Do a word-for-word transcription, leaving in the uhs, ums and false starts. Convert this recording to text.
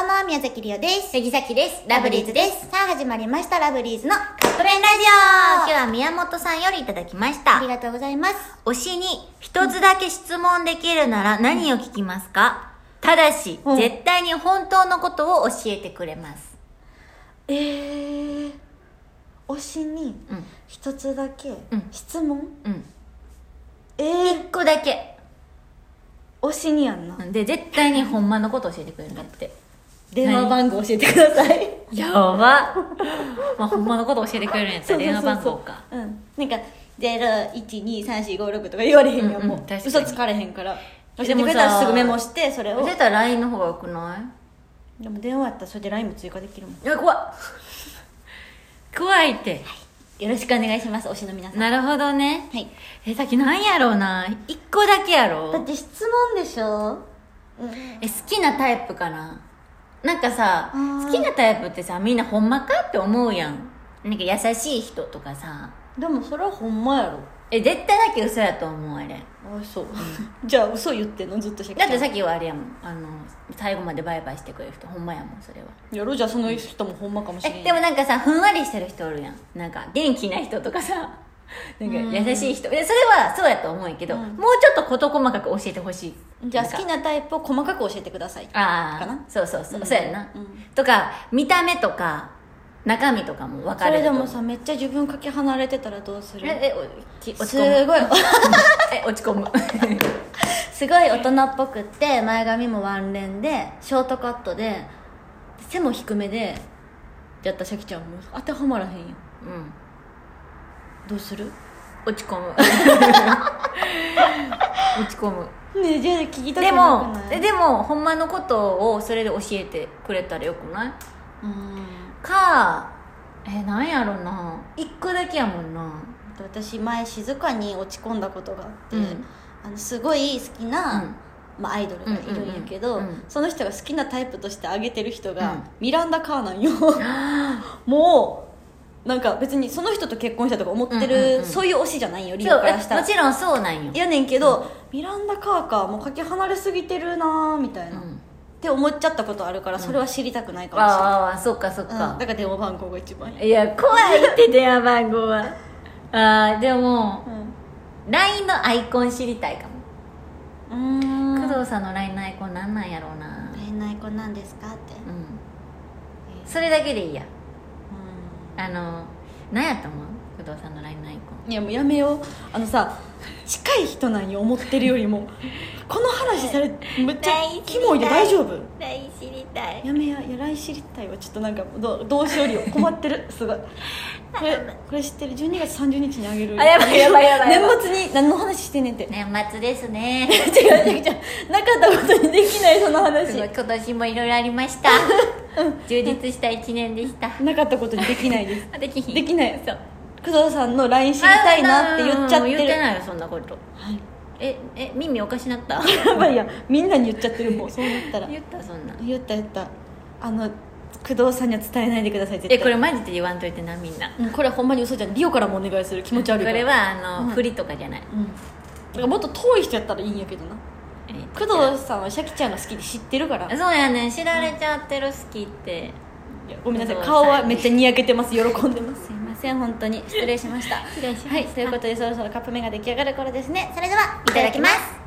うも、宮崎りおです。 杉崎です。 ラブリーズです。さあ、始まりました、ラブリーズのカップ麺ラジオ。 今日は宮本さんよりいただきました。 ありがとうございます。 推しに一つだけ質問できるなら何を聞きますか？ただし、 うん絶対に本当のことを教えてくれます。 えー、推しにうん。 一つだけん質問、 うん。 えー、 一個だけ。 推しにやんな。 で、絶対にほんまのこと教えてくれるんだって。 電話番号教えてください。 やば。まあ、ほんまのこと教えてくれるんやったら電話番号か。 うん。なんか、ゼロいちにさんしごろくとか言われへんやん、 うんうんもう。 確かに嘘つかれへんから。教えてでもさくれたらすぐメモして、それを。 教えたら ライン の方がよくない？ でも電話やったらそれで ライン も追加できるもん。 いや、怖っ。怖いって。 よろしくお願いします、推しの皆さん。 なるほどね。 はい。 え、さっきなんやろうな。一個だけやろだって質問でしょ、うん、 え、好きなタイプかな。なんかさ、 あー好きなタイプってさ、みんなほんまかって思うやん。なんか優しい人とかさ。 でもそれはほんまやろ。 え、絶対だけ嘘やと思う、あれ。 あ、そう。じゃあ嘘言ってんの、ずっとしゃだってさっきはあれやもん。あの、最後までバイバイしてくれる人、ほんまやもん、それは。 やろ、じゃあその人もほんまかもしれん。 え、でもなんかさ、ふんわりしてる人おるやん。なんか、元気な人とかさ、なんか優しい人。で、それはそうやと思うんやけど、 うんもうちょっと事細かく教えてほしい。 じゃあなんか好きなタイプを細かく教えてください。 ああかなそうそうそう、 うんそうやんな、 うんとか見た目とか中身とかも分かそるれでもさ、めっちゃ自分かけ離れてたらどうする？ ええおき落ちす込むごいえ落ち込むすごい大人っぽくって前髪もワンレンでショートカットで背も低めでやったシャキちゃんも当てはまらへんよ。 うんどうする？ 落ち込む落ち込むねえ、じゃあ聞きたくでなくない？ もえでもほんまのことをそれで教えてくれたらよくない？ うんかえなんやろな一個だけやもんな。 私前静かに落ち込んだことがあって、 うんあのすごい好きな、 うんまあ、アイドルがいるんやけど、 うんうんうんその人が好きなタイプとして挙げてる人が、 うんミランダ・カーなんよもうなんか別にその人と結婚したとか思ってる、 うんうんうんそういう推しじゃないよ、リそうオからしたら。 えもちろんそうなんよ、 やねんけど、ミランダ・カーかもうかけ離れすぎてるなーみたいな、 うんって思っちゃったことあるから、それは知りたくないかもしれない、 ああそっかそっうん、 かだ、から電話番号が一番いい、 いや怖いって電話番号はああでもうん、 ライン のアイコン知りたいかも。 うーん工藤さんの ライン のアイコンなんなんやろうな。 えない子なんですかって、 うんそれだけでいいや。 うあの何やと思う工藤さんの ライン のアイコン。 ん、いやもうやめよう。あのさ、近い人なんよ、思ってるよりもこの話されめっちゃキモいで大丈夫？ ライン 知りたい。 やめや、いや ライン 知りたいわ。ちょっとなんかどうどうしようりよ、困ってるすごい。これこれ知ってる？じゅうにがつさんじゅうにちにあげる。 あやばいやばいやばいやばい年末に何の話してんねんって年末ですね違う違う違う、なかったことにできない、その話。 すごい今年もいろいろありました充実したいちねんでしたなかったことにできないですあできひんできないそう。工藤さんの ライン 知りたいなって言っちゃってる。 言ってないよそんなこと。 はい、 ええ耳おかしなったやばいや、みんなに言っちゃってる、もうそうなったら言ったそんな。 言った言った。あの工藤さんには伝えないでください、絶対。 えこれマジで言わんといてなみんな。 うん、これほんまに嘘じゃん。リオからもお願いする、気持ち悪いから。 これはあの、 うん振りとかじゃない。 うん、だからもっと遠い人やったらいいんやけどな。 え工藤さんはシャキちゃんが好きで知ってるから。いそうやねん知られちゃってる好きって。 やごめんなさい、 工藤さん顔はめっちゃにやけてます、喜んでます。すいません、本当に失礼しました。 失礼しましたはい、ということでそろそろカップ麺が出来上がる頃ですね。 それではいただきます。